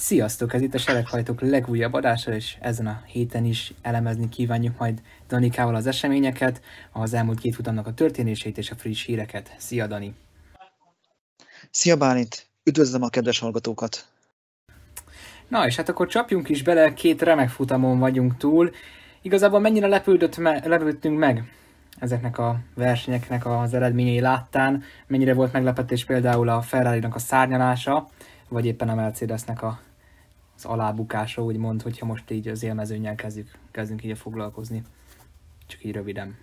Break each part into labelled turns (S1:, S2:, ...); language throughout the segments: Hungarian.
S1: Sziasztok! Ez itt a Sereghajtók legújabb adása, és ezen a héten is elemezni kívánjuk majd Danikával az eseményeket, az elmúlt két futamnak a történéseit és a friss híreket. Szia, Dani!
S2: Szia Bálint! Üdvözlöm a kedves hallgatókat!
S1: Na, és hát akkor csapjunk is bele, két remek futamon vagyunk túl. Igazából mennyire lepődtünk meg ezeknek a versenyeknek az eredményei láttán, mennyire volt meglepetés például a Ferrari-nak a szárnyalása, vagy éppen a Mercedesnek az alábukása, úgymond, hogyha most így az élmezőnnyel kezdünk így foglalkozni. Csak így röviden.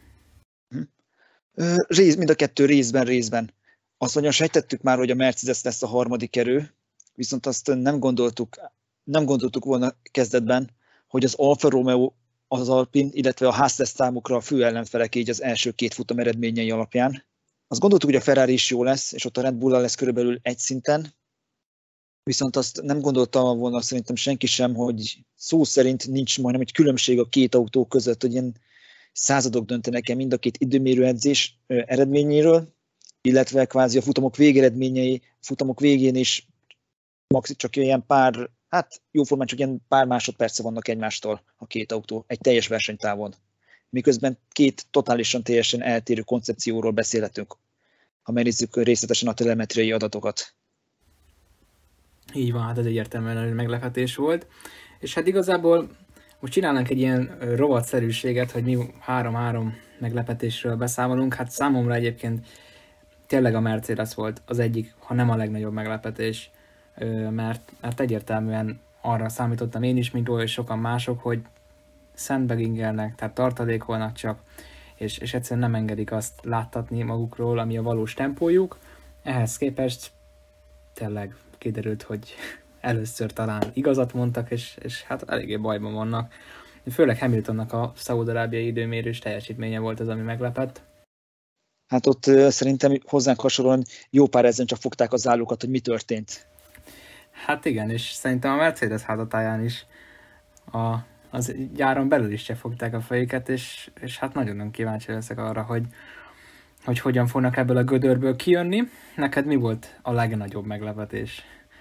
S2: Mind a kettő részben. Azt mondja, sejtettük már, hogy a Mercedes lesz a harmadik erő, viszont azt nem gondoltuk volna kezdetben, hogy az Alfa Romeo, az Alpine, illetve a Haas lesz számukra a fő ellenfelek így az első két futam eredményei alapján. Azt gondoltuk, hogy a Ferrari is jó lesz, és ott a Red Bull-al lesz körülbelül egy szinten, viszont azt nem gondolta volna szerintem senki sem, hogy szó szerint nincs majdnem egy különbség a két autó között, hogy ilyen századok döntenek el mind a két időmérőedzés eredményéről, illetve kvázi a futamok végén is csak ilyen jóformán csak ilyen pár másodperce vannak egymástól a két autó egy teljes versenytávon. Miközben két totálisan teljesen eltérő koncepcióról beszélhetünk, ha megnézzük részletesen a telemetriai adatokat.
S1: Így van, hát ez egyértelműen meglepetés volt. És hát igazából most csinálnánk egy ilyen rovatszerűséget, hogy mi 3-3 meglepetésről beszámolunk. Hát számomra egyébként tényleg a Mercedes volt az egyik, ha nem a legnagyobb meglepetés, mert egyértelműen arra számítottam én is, mint oly sokan mások, hogy sandbaggingelnek, tehát tartalékolnak csak, és egyszerűen nem engedik azt láttatni magukról, ami a valós tempójuk. Ehhez képest tényleg kiderült, hogy először talán igazat mondtak, és hát eléggé bajban vannak. Főleg Hamiltonnak a szaúd-arábiai időmérős teljesítménye volt az, ami meglepett.
S2: Hát ott szerintem hozzánk hasonlóan jó pár ezen csak fogták az állukat, hogy mi történt.
S1: Hát igen, és szerintem a Mercedes házatáján is az gyáron belül is se fogták a fejüket, és hát nagyon kíváncsi leszek arra, hogy hogyan fognak ebből a gödörből kijönni. Neked mi volt a legnagyobb meglepetés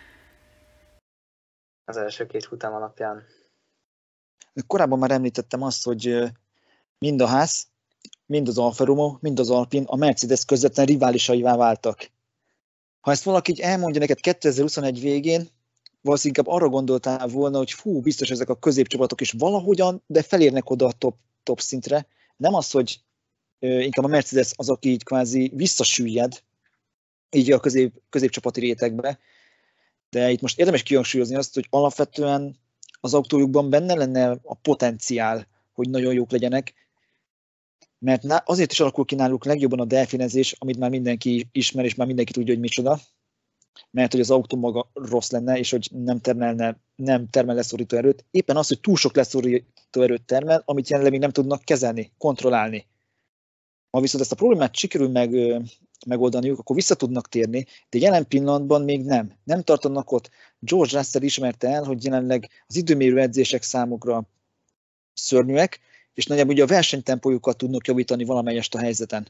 S1: az első két futam alapján?
S2: Korábban már említettem azt, hogy mind a Haas, mind az Alfa Romeo, mind az Alpine a Mercedes közvetlen riválisaivá váltak. Ha ezt valaki így elmondja neked 2021 végén, valószínűleg arra gondoltál volna, hogy biztos ezek a középcsapatok is valahogyan, de felérnek oda a top szintre. Nem az, hogy inkább a Mercedes az, aki így kvázi visszasüllyed, így a középcsapati rétegbe, de itt most érdemes kihangsúlyozni azt, hogy alapvetően az autójukban benne lenne a potenciál, hogy nagyon jók legyenek, mert azért is alakul ki náluk legjobban a delfinezés, amit már mindenki ismer, és már mindenki tudja, hogy micsoda, mert hogy az autó maga rossz lenne, és hogy nem termel leszorító erőt. Éppen az, hogy túl sok leszorító erőt termel, amit jelenleg még nem tudnak kezelni, kontrollálni. Ha viszont ezt a problémát sikerül megoldaniuk, akkor vissza tudnak térni, de jelen pillanatban még nem. Nem tartanak ott. George Russell ismerte el, hogy jelenleg az időmérő edzések számukra szörnyűek, és nagyjából ugye a versenytempójukat tudnak javítani valamelyest a helyzeten.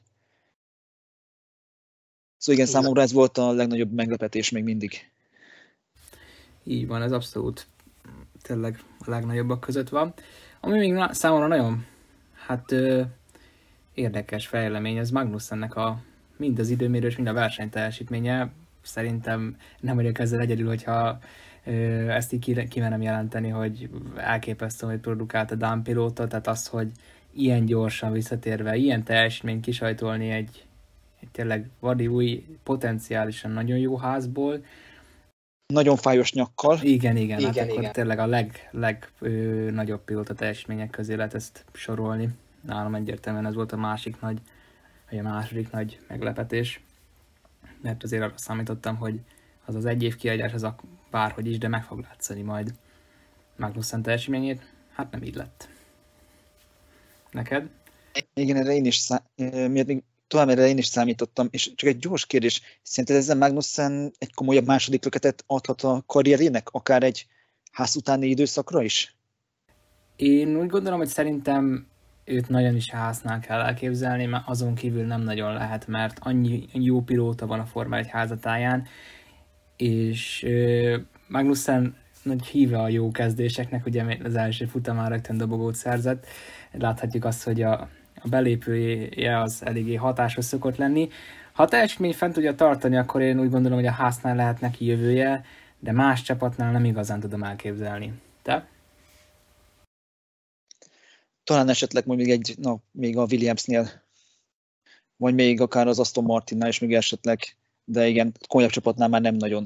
S2: Szóval igen, számomra ez volt a legnagyobb meglepetés még mindig.
S1: Így van, ez abszolút tényleg a legnagyobbak között van. Ami még számomra nagyon érdekes fejlemény, ez Magnussennek mind az időmérős, mind a versenyteljesítménye. Szerintem nem vagyok ezzel egyedül, hogyha ezt így kimenem jelenteni, hogy elképesztő, hogy produkált a Dán pilóta, tehát az, hogy ilyen gyorsan visszatérve, ilyen teljesítményt kisajtolni egy tényleg vadi új, potenciálisan nagyon jó házból.
S2: Nagyon fájos nyakkal.
S1: Igen. Akkor tényleg a legnagyobb pilóta teljesítmények közé lehet ezt sorolni. Nálam egyértelműen ez volt a második nagy meglepetés. Mert azért arra számítottam, hogy az egy év kiadás az bárhogy is, de meg fog látszani majd Magnussen teljesítményét. Hát nem így lett. Neked?
S2: Igen, erre én is számítottam, és csak egy gyors kérdés, szerinted ezzel Magnussen egy komolyabb második löketet adhat a karrierének, akár egy Haas utáni időszakra is?
S1: Én úgy gondolom, hogy szerintem őt nagyon is Haasnál kell elképzelni, mert azon kívül nem nagyon lehet, mert annyi jó pilóta van a Forma 1 házatáján, és Magnussen nagy híve a jó kezdéseknek, ugye az első futamán rögtön dobogót szerzett. Láthatjuk azt, hogy a belépője az eléggé hatásos szokott lenni. Ha a teljesítmény fent tudja tartani, akkor én úgy gondolom, hogy a Haasnál lehet neki jövője, de más csapatnál nem igazán tudom elképzelni. Te?
S2: Talán esetleg még a Williamsnél, vagy még akár az Aston Martinnál is még esetleg, de igen, komolyabb csapatnál már nem nagyon.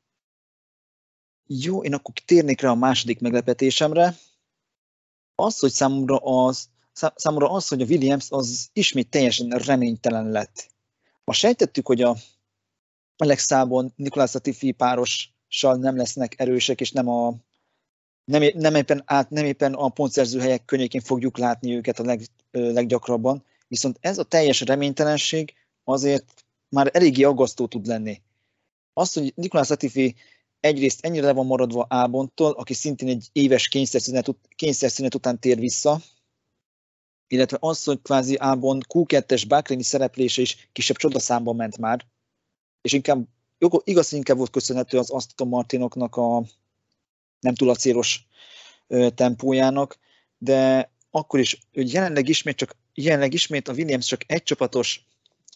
S2: Jó, én akkor térnék rá a második meglepetésemre. Az, hogy számomra az, hogy a Williams az ismét teljesen reménytelen lett. Ma sejtettük, hogy a Alex Albon, Nicolas Latifi párossal nem lesznek erősek, és nem éppen a pontszerző helyek környékén fogjuk látni őket a leggyakrabban, viszont ez a teljes reménytelenség azért már eléggé aggasztó tud lenni. Az, hogy Nicolas Latifi egyrészt ennyire le van maradva Albontól, aki szintén egy éves kényszerszünet után tér vissza, illetve az, hogy kvázi Albon Q2-es Bahraini szereplése is kisebb csodaszámban ment már, és inkább volt köszönhető az Aston Martinoknak a nem túl acélos tempójának, de akkor is, hogy jelenleg ismét a Williams csak egy csapatos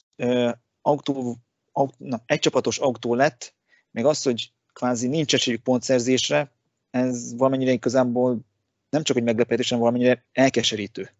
S2: autó lett, még az, hogy kvázi nincs esélyük pontszerzésre, ez valamennyire igazából nem csak egy meglepetés, hanem valamennyire elkeserítő.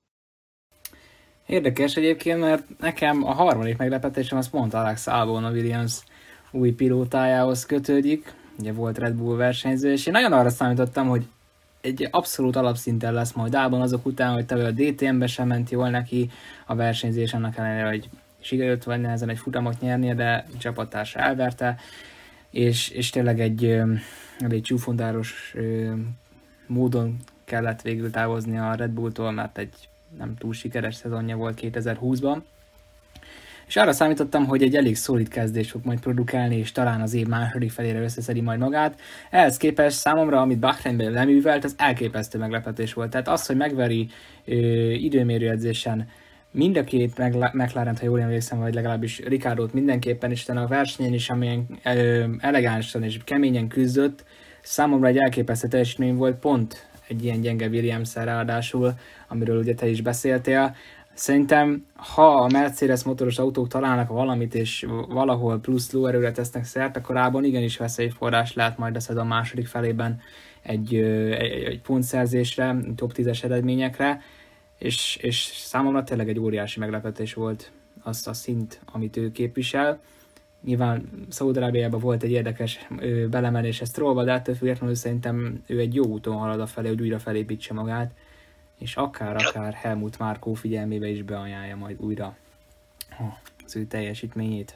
S1: Érdekes egyébként, mert nekem a harmadik meglepetésem az pont Alex Albon, a Williams új pilótájához kötődik. Ugye volt Red Bull versenyző, és én nagyon arra számítottam, hogy egy abszolút alapszinten lesz majd Albon azok után, hogy tavaly a DTM-be sem ment jól neki a versenyzés, annak ellenére, hogy sikerült vagy nehezen egy futamot nyernie, de a csapattársa elverte, és tényleg egy csúfondáros módon kellett végül távozni a Red Bulltól, mert egy nem túl sikeres szezonja volt 2020-ban. És arra számítottam, hogy egy elég szolid kezdés fog majd produkálni, és talán az év második felére összeszedi majd magát. Ehhez képest számomra, amit Bahreinben leművelt, az elképesztő meglepetés volt. Tehát az, hogy megveri időmérőedzésen mind a két McLarent, ha jól emlékszem, vagy legalábbis Ricciardót mindenképpen, és a versenyen is, amilyen elegánsan és keményen küzdött, számomra egy elképesztő teljesítmény volt, pont egy ilyen gyenge Williams-szel ráadásul, amiről ugye te is beszéltél. Szerintem, ha a Mercedes motoros autók találnak valamit, és valahol plusz lóerőre tesznek szert, akkor Albon igenis veszélyforrás lehet majd a szezon második felében egy pontszerzésre, top 10-es eredményekre, és számomra tényleg egy óriási meglepetés volt azt a szint, amit ő képvisel. Nyilván Szaúd-Arábiában volt egy érdekes belemenés Strollba, de ettől függetlenül szerintem ő egy jó úton halad a felé, hogy újra felépítse magát, és akár Helmut Marko figyelmébe is beajánlja majd újra az ő teljesítményét.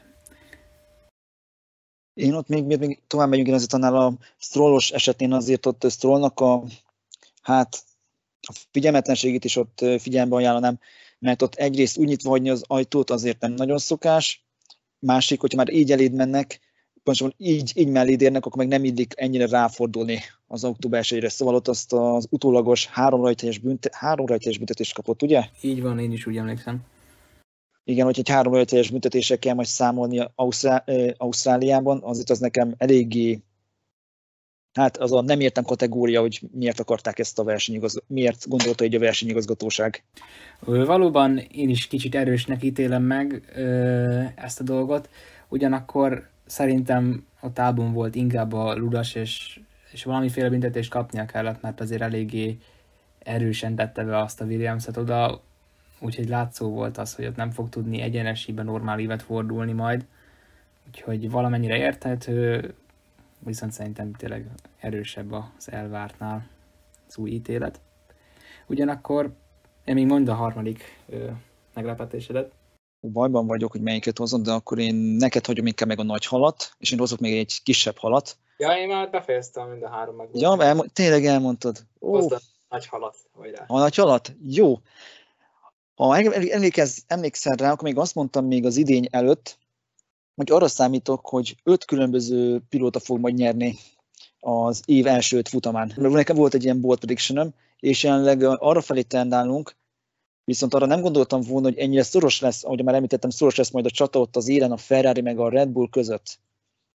S2: Én ott még tovább megyünk, én azért annál a Strollos esetén azért ott Strollnak a figyelmetlenségét is ott figyelembe ajánlanám, mert ott egyrészt úgy nyitva hagyni az ajtót azért nem nagyon szokás, másik, hogyha már így eléd mennek, így melléd érnek, akkor meg nem illik ennyire ráfordulni az autó belsejére. Szóval ott azt az utólagos 3 rajthelyes büntetést kapott, ugye?
S1: Így van, én is úgy emlékszem.
S2: Igen, hogy egy 3 rajthelyes büntetéssel kell majd számolni Ausztráliában, azért az nekem eléggé, az a nem értem kategória, hogy miért akarták ezt a miért gondolta így a versenyigazgatóság.
S1: Valóban én is kicsit erősnek ítélem meg ezt a dolgot, ugyanakkor szerintem a Albon volt inkább a ludas, és valamiféle büntetést kapnia kellett, mert azért eléggé erősen tette be azt a Williams-et oda, úgyhogy látszó volt az, hogy ott nem fog tudni egyenesíben normál ívet fordulni majd, úgyhogy valamennyire érthető, viszont szerintem tényleg erősebb az elvártnál az új ítélet. Ugyanakkor én még mondd a harmadik meglepetésedet.
S2: Bajban vagyok, hogy melyiket hozom, de akkor én neked hagyom inkább meg a nagy halat, és én hozok még egy kisebb halat.
S1: Ja, én már befejeztem mind a 3 meg.
S2: Ja, tényleg elmondtad.
S1: Hozd a nagy halat, vagy rá.
S2: A nagy halat? Jó. Ha emlékszel rá, akkor még azt mondtam még az idény előtt, hogy arra számítok, hogy 5 különböző pilóta fog majd nyerni az év első 5 futamán. Nekem volt egy ilyen bold predictionöm, és jelenleg arra felé tendálunk, viszont arra nem gondoltam volna, hogy ennyire szoros lesz, ahogy már említettem, szoros lesz majd a csata ott az élen a Ferrari meg a Red Bull között.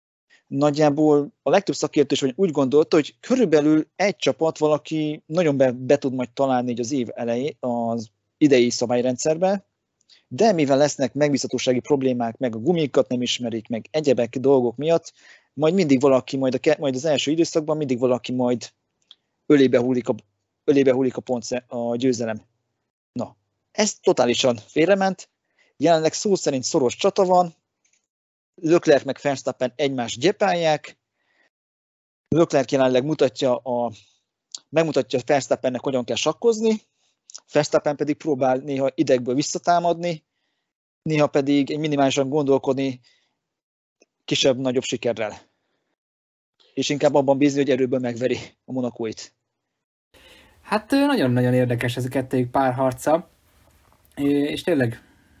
S2: nagyjából a legtöbb szakértő is úgy gondolta, hogy körülbelül egy csapat valaki nagyon be tud majd találni így az év elején, az idei szabályrendszerbe, de mivel lesznek megbízhatósági problémák, meg a gumikat nem ismerik, meg egyebek dolgok miatt, majd mindig valaki, majd az első időszakban mindig valaki majd ölébe hullik a győzelem. Na, ez totálisan félrement, jelenleg szó szerint szoros csata van, Leclerc meg Verstappen egymást gyepálják, Leclerc jelenleg megmutatja Verstappennek, hogyan kell sakkozni, Verstappen pedig próbál néha idegből visszatámadni, néha pedig egy minimálisan gondolkodni kisebb-nagyobb sikerrel. És inkább abban bízni, hogy erőből megveri a Monakóit.
S1: Hát nagyon-nagyon érdekes ez a kettőjük párharca, és tényleg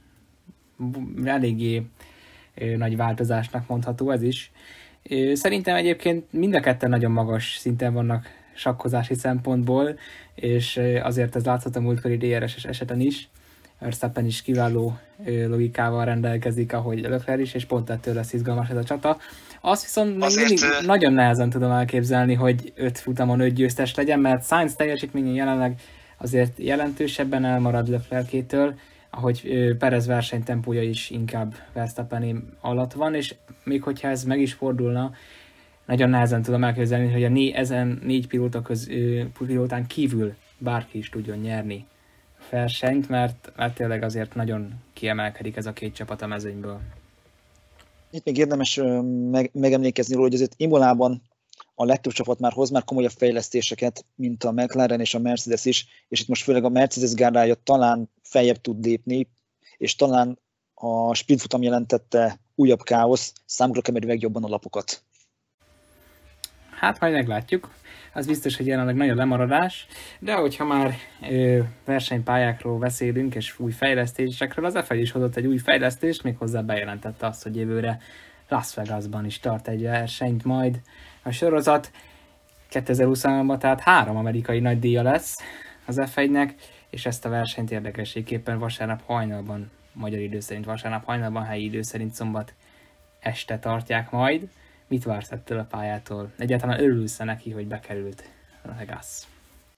S1: eléggé nagy változásnak mondható ez is. Szerintem egyébként mind a ketten nagyon magas szinten vannak sakkozási szempontból, és azért ez látszott a múltkori DRS-es eseten is. Verstappen is kiváló logikával rendelkezik, ahogy Leclerc is, és pont ettől lesz izgalmas ez a csata. Azt viszont mindig nagyon nehezen tudom elképzelni, hogy 5 futamon 5 győztes legyen, mert Sainz teljesítménye jelenleg azért jelentősebben elmarad Leclerc-től, ahogy Perez versenytempója is inkább Verstappen alatt van, és még hogyha ez meg is fordulna, nagyon nehezen tudom elképzelni, hogy ezen 4 pilótán kívül bárki is tudjon nyerni versenyt, mert tényleg azért nagyon kiemelkedik ez a két csapat a mezőnyből.
S2: Itt még érdemes megemlékezni róla, hogy azért Imolában a legtöbb csapat már hoz már komolyabb fejlesztéseket, mint a McLaren és a Mercedes is, és itt most főleg a Mercedes gárdája talán feljebb tud lépni, és talán a sprintfutam jelentette újabb káosz, számukra kemeri meg jobban a lapokat.
S1: Hát majd meglátjuk. Az biztos, hogy jelenleg nagy a lemaradás, de hogyha már versenypályákról beszélünk, és új fejlesztésekről, az F1 is hozott egy új fejlesztést, méghozzá bejelentette azt, hogy jövőre Las Vegasban is tart egy versenyt majd. A sorozat 2023-ban, tehát 3 amerikai nagydíja lesz az F1-nek, és ezt a versenyt érdekességképpen vasárnap hajnalban, magyar idő szerint vasárnap hajnalban, helyi idő szerint szombat este tartják majd. Mit vársz ettől a pályától? Egyáltalán örülsz neki, hogy bekerült a Vegas?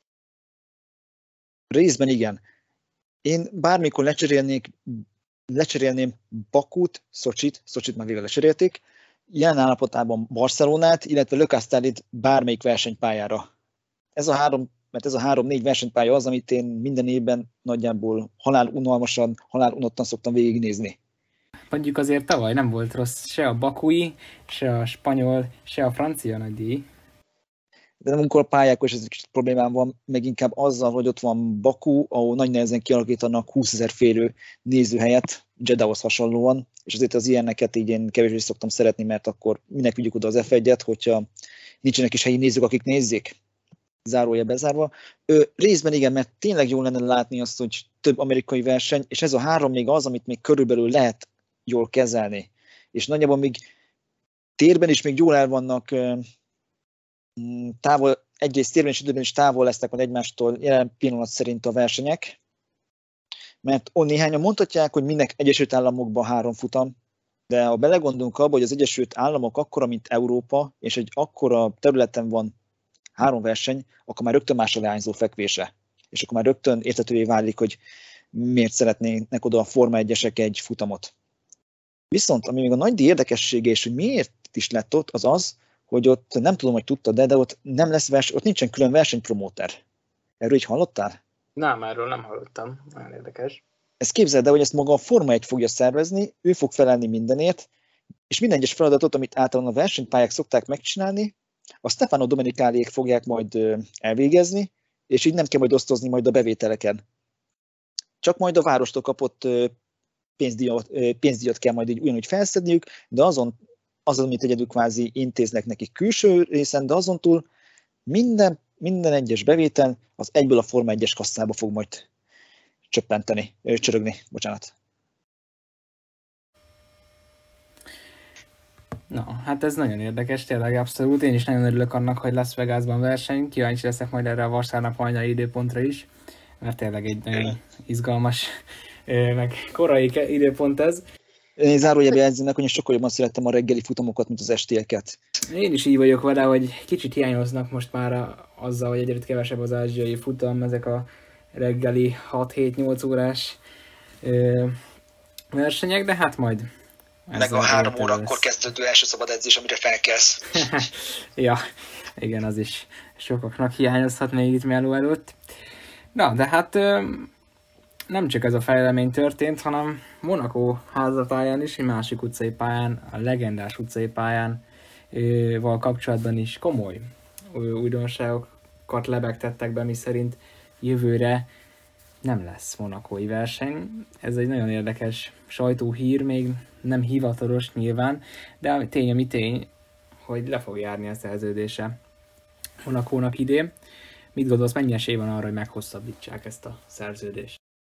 S2: Részben igen. Én bármikor lecserélném Bakút, Szocsit már végül lecserélték, jelen állapotában Barcelonát, illetve Le Castellet bármelyik versenypályára. Ez a 3-4 versenypálya az, amit én minden évben nagyjából halálunottan szoktam végignézni.
S1: Mondjuk azért tavaly nem volt rossz se a bakui, se a spanyol, se a francia nagydíj.
S2: De nem amikor a pályákon is ez egy kicsit problémám van, meg inkább azzal, hogy ott van Baku, ahol nagy nehezen kialakítanak 20 000 férő nézőhelyet, Jeddához hasonlóan, és azért az ilyeneket így én kevésbé szoktam szeretni, mert akkor minek vigyük oda az F1-et, hogyha nincsenek is helyi nézők, akik nézzék. Zárója bezárva. Részben igen, mert tényleg jó lenne látni azt, hogy több amerikai verseny, és ez a 3 még az, amit még körülbelül lehet jól kezelni. És nagyjából még térben is még jól el vannak távol, egyrészt térben és időben is távol lesznek majd egymástól jelen pillanat szerint a versenyek, mert néhányan mondhatják, hogy minek Egyesült Államokban 3 futam, de ha belegondolunk abba, hogy az Egyesült Államok akkora, mint Európa, és egy akkora területen van 3 verseny, akkor már rögtön más a leányzó fekvése. És akkor már rögtön érthetővé válik, hogy miért szeretnének oda a Forma 1-esek egy futamot. Viszont, ami még a nagy érdekessége, és hogy miért is lett ott, az az, hogy ott nem tudom, hogy tudtad, de ott nem lesz ott nincsen külön versenypromóter. Erről így hallottál?
S1: Nem, erről nem hallottam. Nagyon érdekes.
S2: Ezt képzeld el, hogy ezt maga a Forma 1 fogja szervezni, ő fog felelni mindenért, és minden egyes feladatot, amit általában a versenypályák szokták megcsinálni, a Stefano Domenicaliék fogják majd elvégezni, és így nem kell majd osztozni majd a bevételeken. Csak majd a várostól kapott pénzdíjat kell majd így ugyanúgy felszedniük, de az, amit egyedül kvázi intéznek nekik külső részen, de azon túl minden egyes bevétel az egyből a Forma 1-es kasszába fog majd csörögni.
S1: Na, hát ez nagyon érdekes, tényleg abszolút. Én is nagyon örülök annak, hogy Las Vegasban verseny. Kíváncsi leszek majd erre a vasárnap hajnali időpontra is, mert tényleg egy nagyon izgalmas, meg korai időpont ez.
S2: Én zárójelbe jegyzem meg, hogy én sokkal jobban szerettem a reggeli futamokat, mint az estélyeket.
S1: Én is így vagyok vele, hogy kicsit hiányoznak most már azzal, hogy egyre kevesebb az ázsiai futam, ezek a reggeli 6-7-8 órás versenyek, de hát majd...
S2: Meg a 3 órakor kezdődő első szabad edzés, amire felkelsz.
S1: Ja, igen, az is sokaknak hiányozhat még itt meló előtt. Na, de hát nem csak ez a fejlemény történt, hanem Monaco házatáján is, egy másik utcai pályán, a legendás utcai pályán val kapcsolatban is komoly újdonságokat lebegtettek be, miszerint jövőre nem lesz monakói verseny. Ez egy nagyon érdekes sajtóhír, még nem hivatalos nyilván, de tény ami tény, hogy le fog járni a szerződése Monakónak idén. Mit gondolsz, mennyi esély van arra, hogy meghosszabbítsák ezt a szerződést?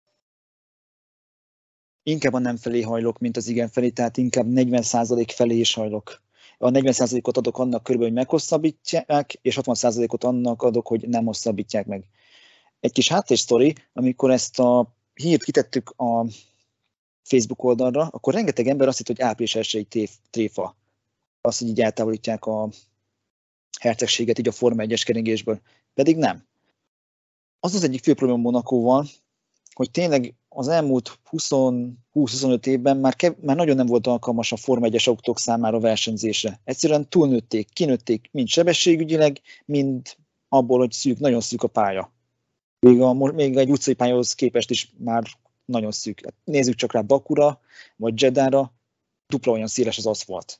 S2: Inkább a nem felé hajlok, mint az igen felé, tehát inkább 40% felé is hajlok. A 40%-ot adok annak körülbelül, hogy meghosszabbítják, és 60%-ot annak adok, hogy nem hosszabbítják meg. Egy kis háttérsztori, amikor ezt a hírt kitettük a Facebook oldalra, akkor rengeteg ember azt hitt, hogy április 1-i tréfa. Az, hogy így eltávolítják a hercegséget így a Forma 1-es keringésből. Pedig nem. Az az egyik fő probléma Monacóval, hogy tényleg az elmúlt 20-25 évben már nagyon nem volt alkalmas a Forma 1-es autók számára versenyzésre. Egyszerűen túlnőtték, kinőtték mind sebességügyileg, mind abból, hogy nagyon szűk a pálya. Még egy utcai pályához képest is már nagyon szűk. Nézzük csak rá Bakura, vagy Jeddára, dupla olyan széles az aszfalt.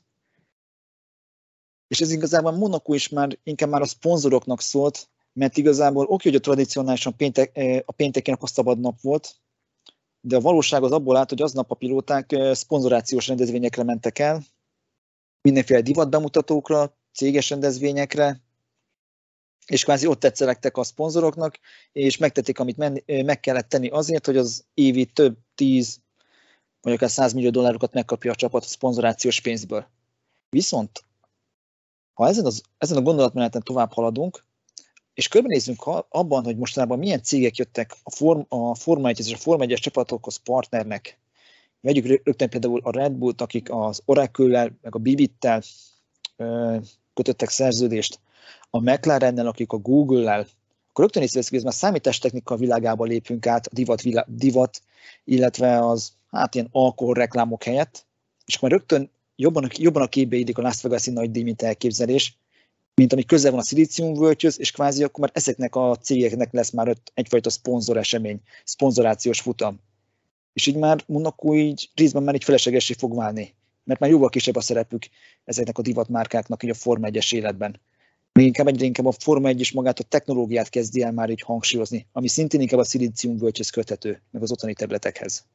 S2: És ez igazából Monaco is inkább már a szponzoroknak szólt, mert igazából oké, hogy a tradicionálisan a pénteken a szabad nap volt, de a valóság az abból állt, hogy aznap a pilóták szponzorációs rendezvényekre mentek el, mindenféle divatbemutatókra, céges rendezvényekre, és kvázi ott tetszelegtek a szponzoroknak, és megtették, amit meg kellett tenni azért, hogy az évi több 10 vagy akár 100 millió dollárokat megkapja a csapat a szponzorációs pénzből. Viszont, ha ezen a gondolatmeneten tovább haladunk, és körbenézzünk abban, hogy mostanában milyen cégek jöttek a Forma 1 és a Forma 1-es csapatokhoz partnernek. Vegyük rögtön például a Red Bullt, akik az Oracle-lel, meg a Bibit-tel kötöttek szerződést, a McLarennel, akik a Google-lel, akkor rögtön észreveszünk, hogy ez már számítástechnika világába lépünk át, a divat, illetve az ilyen alkoholreklámok helyett, és akkor már rögtön jobban a képbe illik a Las Vegas-i nagy díj, mint elképzelés, mint ami közel van a szilíciumvölgyhöz, és kvázi akkor már ezeknek a cégeknek lesz már egyfajta szponzor esemény, szponzorációs futam. És így már Monaco így részben már így feleslegessé fog válni, mert már jóval kisebb a szerepük ezeknek a divatmárkáknak így a Forma 1-es életben. Még egyre inkább a Forma 1 is magát a technológiát kezdi el már így hangsúlyozni, ami szintén inkább a szilíciumvölgyhöz köthető, meg az otthoni tabletekhez.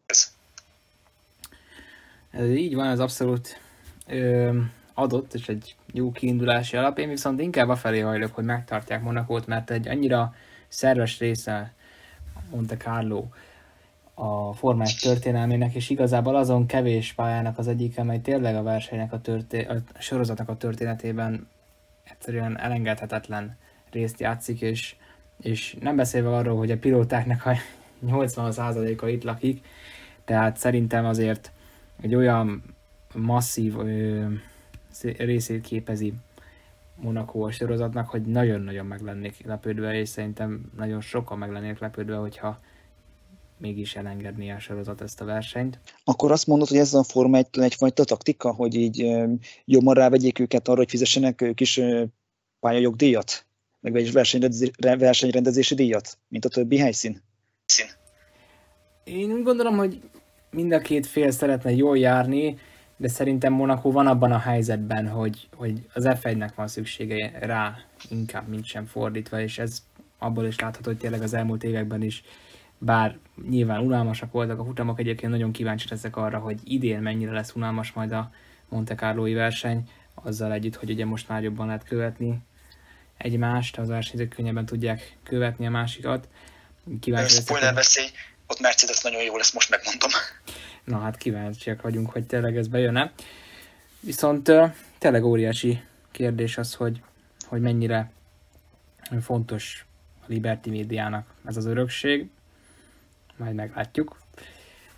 S1: Ez így van, ez abszolút adott, és egy jó kiindulási alap. Én viszont inkább afelé hajlok, hogy megtartják Monacót, mert egy annyira szerves része Monte Carlo a Forma 1 történelmének, és igazából azon kevés pályának az egyik, amely tényleg a versenynek a sorozatnak a történetében egyszerűen elengedhetetlen részt játszik, és nem beszélve arról, hogy a pilótáknak a 80%-a itt lakik, tehát szerintem azért egy olyan masszív részét képezi Monaco a sorozatnak, hogy nagyon-nagyon meg lennék lepődve, és szerintem nagyon sokan meg lennék lepődve, hogyha mégis elengedné a sorozat ezt a versenyt.
S2: Akkor azt mondod, hogy ez a Forma 1-től egyfajta taktika, hogy így jobban rávegyék őket arra, hogy fizessenek ők is pályajogdíjat, meg versenyrendezési díjat, mint a többi helyszín?
S1: Én úgy gondolom, hogy mind a két fél szeretne jól járni, de szerintem Monaco van abban a helyzetben, hogy az F1-nek van szüksége rá inkább, mint sem fordítva, és ez abból is látható, hogy tényleg az elmúlt években is, bár nyilván unalmasak voltak a futamok, egyébként nagyon kíváncsi leszek arra, hogy idén mennyire lesz unalmas majd a Monte Carlói verseny, azzal együtt, hogy ugye most már jobban lehet követni egymást, az versenyzők könnyebben tudják követni a másikat.
S2: Spoiler veszély, ott Mercedes nagyon jó lesz, most megmondom.
S1: Na hát kíváncsiak vagyunk, hogy tényleg ez bejön-e. Viszont tényleg óriási kérdés az, hogy mennyire fontos a Liberty médiának ez az örökség. Majd meglátjuk.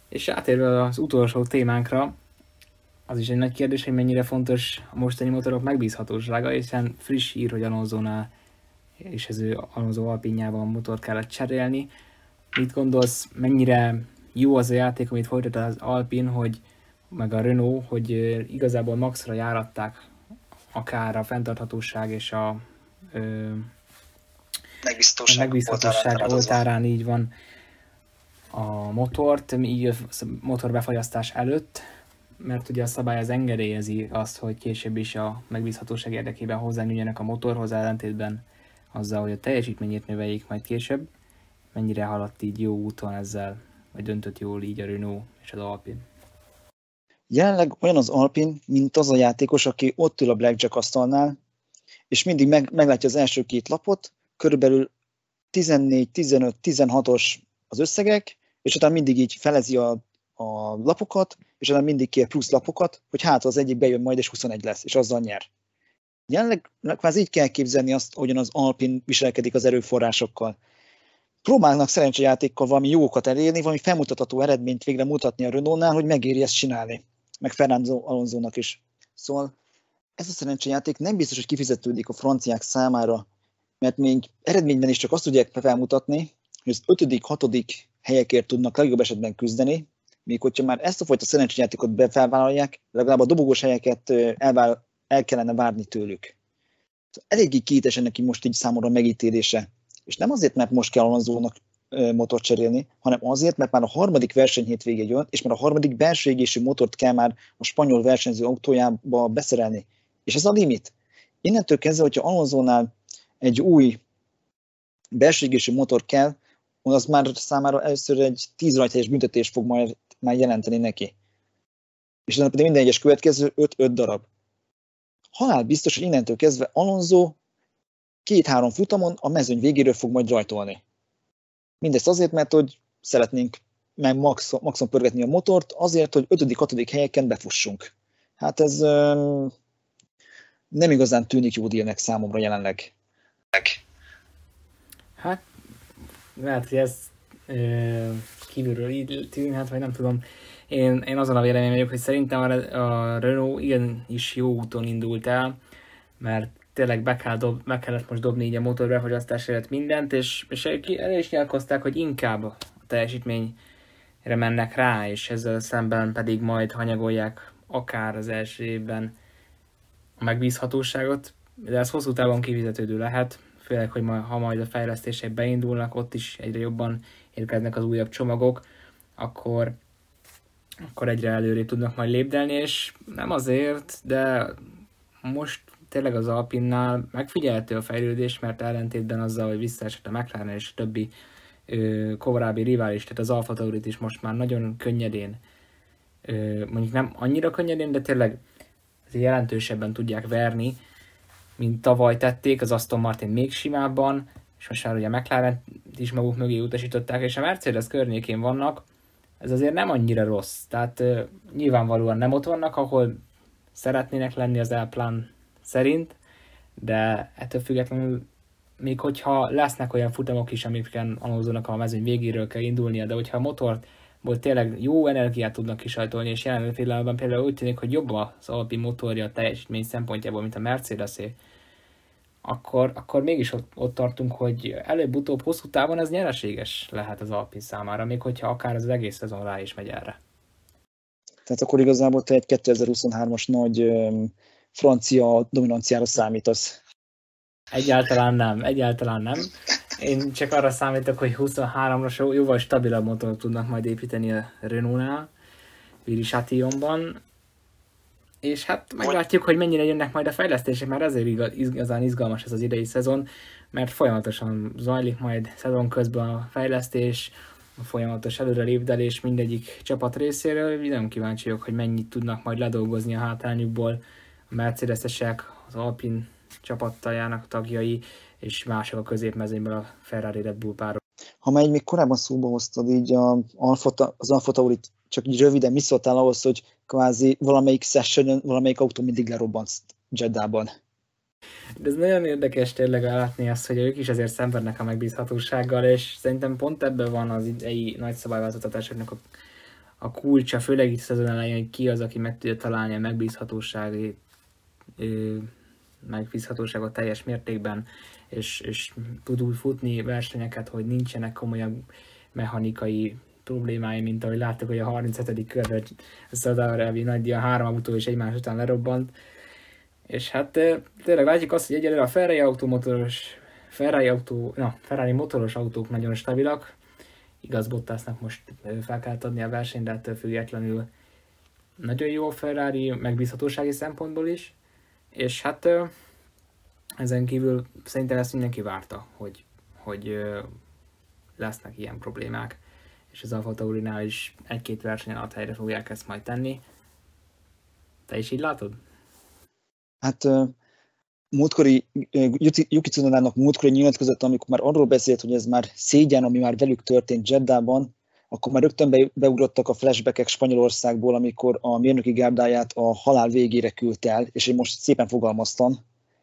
S1: És átérve az utolsó témánkra, az is egy nagy kérdés, hogy mennyire fontos a mostani motorok megbízhatósága, hiszen friss hír, hogy Alonsónál és az ő Alonso Alpinjában motort kellett cserélni. Mit gondolsz, mennyire jó az a játék, amit folytat az Alpin, hogy meg a Renault, hogy igazából maxra járatták akár a fenntarthatóság és a megbízhatóság oltárán így van a motort, így a motorbefagyasztás előtt, mert ugye a szabály az engedélyezi azt, hogy később is a megbízhatóság érdekében hozzányúljanak a motorhoz, ellentétben azzal, hogy a teljesítményét növeljék majd később. Mennyire haladt így jó úton ezzel, vagy döntött jól így a Renault és az Alpin?
S2: Jelenleg olyan az Alpin, mint az a játékos, aki ott ül a blackjack asztalnál, és mindig meglátja az első két lapot, körülbelül 14, 15, 16-os az összegek, és utána mindig így felezi a lapokat, és utána mindig kér plusz lapokat, hogy hát az egyik bejön majd, és 21 lesz, és azzal nyer. Jelenleg kvázi így kell képzelni azt, hogyan az Alpin viselkedik az erőforrásokkal. Próbálnak szerencsejátékkal valami jókat elérni, valami felmutatható eredményt végre mutatni a Renault-nál, hogy megéri ezt csinálni. Meg Fernando Alonsónak is. Szóval ez a szerencsejáték nem biztos, hogy kifizetődik a franciák számára, mert még eredményben is csak azt tudják felmutatni, hogy az 5., 6. helyekért tudnak legjobb esetben küzdeni, még hogyha már ezt a fajta szerencsejátékot felvállalják, legalább a dobogós helyeket el kellene várni tőlük. Eléggé kétes neki most így számomra megítélése. És nem azért, mert most kell Alonsónak motort cserélni, hanem azért, mert már a harmadik versenyhétvége jön, és már a harmadik belső égésű motort kell már a spanyol versenyző autójába beszerelni. És ez a limit. Innentől kezdve, hogyha Alonsónál egy új belső égésű motor kell, az már számára először egy 10 rajthelyes büntetés fog majd már jelenteni neki. És ez pedig minden egyes következő 5 darab. Halál biztos, hogy innentől kezdve Alonso 2-3 futamon a mezőny végéről fog majd rajtolni. Mindezt azért, mert hogy szeretnénk meg maximum pörgetni a motort, azért, hogy 5.-6. helyeken befussunk. Hát ez nem igazán tűnik jó dílnek számomra jelenleg.
S1: Hát, lehet, hogy ez kívülről így tűnhet, vagy nem tudom. Én azon a vélemény vagyok, hogy szerintem a Renault igenis jó úton indult el, mert tényleg be kellett most dobni így a motorbefagyasztás előtt mindent, és el is nyilatkozták, hogy inkább a teljesítményre mennek rá, és ezzel szemben pedig majd hanyagolják akár az első évben a megbízhatóságot, de ez hosszú távon kifizetődő lehet, főleg, hogy ha majd a fejlesztések beindulnak, ott is egyre jobban érkeznek az újabb csomagok, akkor egyre előrébb tudnak majd lépdelni, és nem azért, de most tényleg az Alpinnál megfigyelhető a fejlődés, mert ellentétben azzal, hogy visszaesett a McLaren és a többi korábbi rivális, tehát az Alfa Taurit is most már nagyon könnyedén, mondjuk nem annyira könnyedén, de tényleg jelentősebben tudják verni, mint tavaly tették, az Aston Martin még simábban, és most már ugye a McLaren is maguk mögé utasították, és a Mercedes környékén vannak, ez azért nem annyira rossz. Tehát nyilvánvalóan nem ott vannak, ahol szeretnének lenni az elplán szerint, de ettől függetlenül még hogyha lesznek olyan futamok is, amiken Alonsónak a mezőny végéről kell indulnia, de hogyha a motorból tényleg jó energiát tudnak kisajtolni, és jelenleg pillanatban például úgy tűnik, hogy jobb az Alpin motorja a teljesítmény szempontjából, mint a Mercedesé, akkor mégis ott tartunk, hogy előbb-utóbb hosszú távon ez nyereséges lehet az Alpin számára, még hogyha akár az egész szezon rá is megy erre.
S2: Tehát akkor igazából te egy 2023-as nagy francia dominanciára számítasz.
S1: Egyáltalán nem. Én csak arra számítok, hogy 23-ra jóval stabilabb motort tudnak majd építeni a Renault-nál, Viry-Châtillonban, és hát meglátjuk, hogy mennyire jönnek majd a fejlesztések, mert ezért igazán izgalmas ez az idei szezon, mert folyamatosan zajlik majd szezon közben a fejlesztés, a folyamatos előrelépdelés mindegyik csapat részéről. Nagyon kíváncsi vagyok, hogy mennyit tudnak majd ledolgozni a hátrányukból a Mercedesesek, az Alpin csapattajának tagjai, és mások a középmezőnyből a Ferrari Red Bull párok.
S2: Ha már még korábban szóba hoztad, így az Alfa Taurit, csak így röviden mi szóltál ahhoz, hogy kvázi valamelyik sessionon, valamelyik autó mindig lerobbant Jeddában.
S1: De ez nagyon érdekes tényleg látni azt, hogy ők is azért szenvednek a megbízhatósággal, és szerintem pont ebben van az idei nagy szabályváltoztatásoknak a kulcsa, főleg itt szezon elején, hogy ki az, aki meg tudja találni a megbízhatóságot teljes mértékben, és tud úgy futni versenyeket, hogy nincsenek komolyabb mechanikai problémái, mint ahogy láttuk, hogy a 37. körben Zadar Elvi nagy 3 autó is egymás után lerobbant. És hát tényleg látjuk azt, hogy egyelőre a Ferrari motoros autók nagyon stabilak. Igaz, Bottasnak most fel kellett adni a versenyt, de ettől függetlenül nagyon jó a Ferrari megbízhatósági szempontból is. És hát ezen kívül szerintem ezt mindenki várta, hogy lesznek ilyen problémák, és az AlphaTaurinál is 1-2 verseny alatt helyre fogják ezt majd tenni. Te is így látod?
S2: Hát múltkori, Yuki Tsunodának múltkori nyilatkozott, amikor már arról beszélt, hogy ez már szégyen, ami már velük történt Jeddában, akkor már rögtön beugrottak a flashbackek Spanyolországból, amikor a mérnöki gárdáját a halál végére küldte el, és én most szépen fogalmaztam,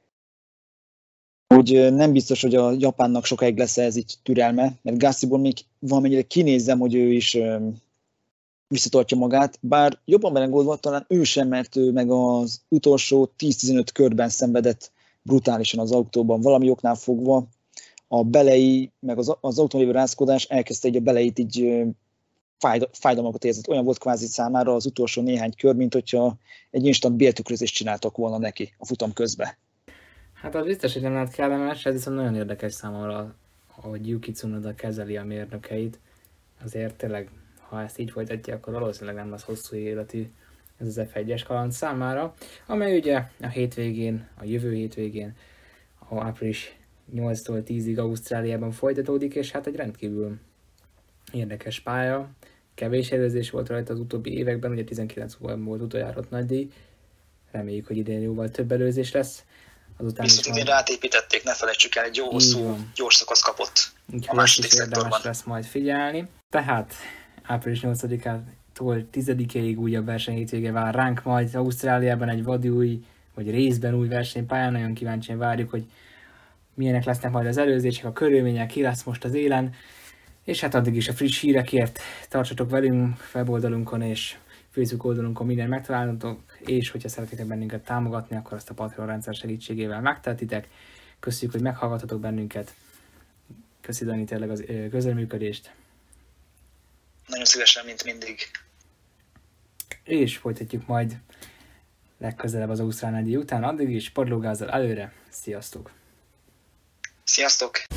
S2: hogy nem biztos, hogy a Japánnak sokáig lesz ez így türelme, mert Gassiból még valamennyire kinézem, hogy ő is visszatartja magát, bár jobban belegondolva talán ő sem, mert ő meg az utolsó 10-15 körben szenvedett brutálisan az autóban, valami oknál fogva. A belei, meg az autón lévő rázkodás elkezdte így a beleit így fájdalmakat érzett. Olyan volt kvázi számára az utolsó néhány kör, mint hogyha egy instant béltükrözést csináltak volna neki a futam közben.
S1: Hát az biztos, hogy nem lehet kellemes, ez viszont nagyon érdekes számomra, hogy Yuki Tsunoda kezeli a mérnökeit. Azért tényleg, ha ezt így folytatja, akkor valószínűleg nem lesz hosszú életű ez az F1-es kaland számára, amely ugye a jövő hétvégén, április 8-tól 10-ig Ausztráliában folytatódik, és hát egy rendkívül érdekes pálya. Kevés előzés volt rajta az utóbbi években, ugye 19 volt utoljára ott nagy díj. Reméljük, hogy idén jóval több előzés lesz.
S2: Azután viszont idén átépítették, ne felejtsük el, egy jó hosszú, gyors szakasz kapott.
S1: Úgyhogy a második szektorban. Érdemes lesz majd figyelni. Tehát április 8-ától 10-ig újabb versenyhétvége vár ránk, majd Ausztráliában egy vadúj, vagy részben új versenypályán. Nagyon kíváncsian várjuk, hogy milyenek lesznek majd az előzések, a körülmények, ki lesz most az élen. És hát addig is a friss hírekért tartsatok velünk weboldalunkon és Facebook oldalunkon minden megtalálhatok, és hogyha szeretitek bennünket támogatni, akkor azt a Patreon rendszer segítségével megtehetitek. Köszönjük, hogy meghallgatotok bennünket. Köszi Dani tényleg az közreműködést.
S2: Nagyon szívesen, mint mindig.
S1: És folytatjuk majd legközelebb az Ausztrál nagydíj után. Addig is padlógázzal előre. Sziasztok!
S2: Sziasztok!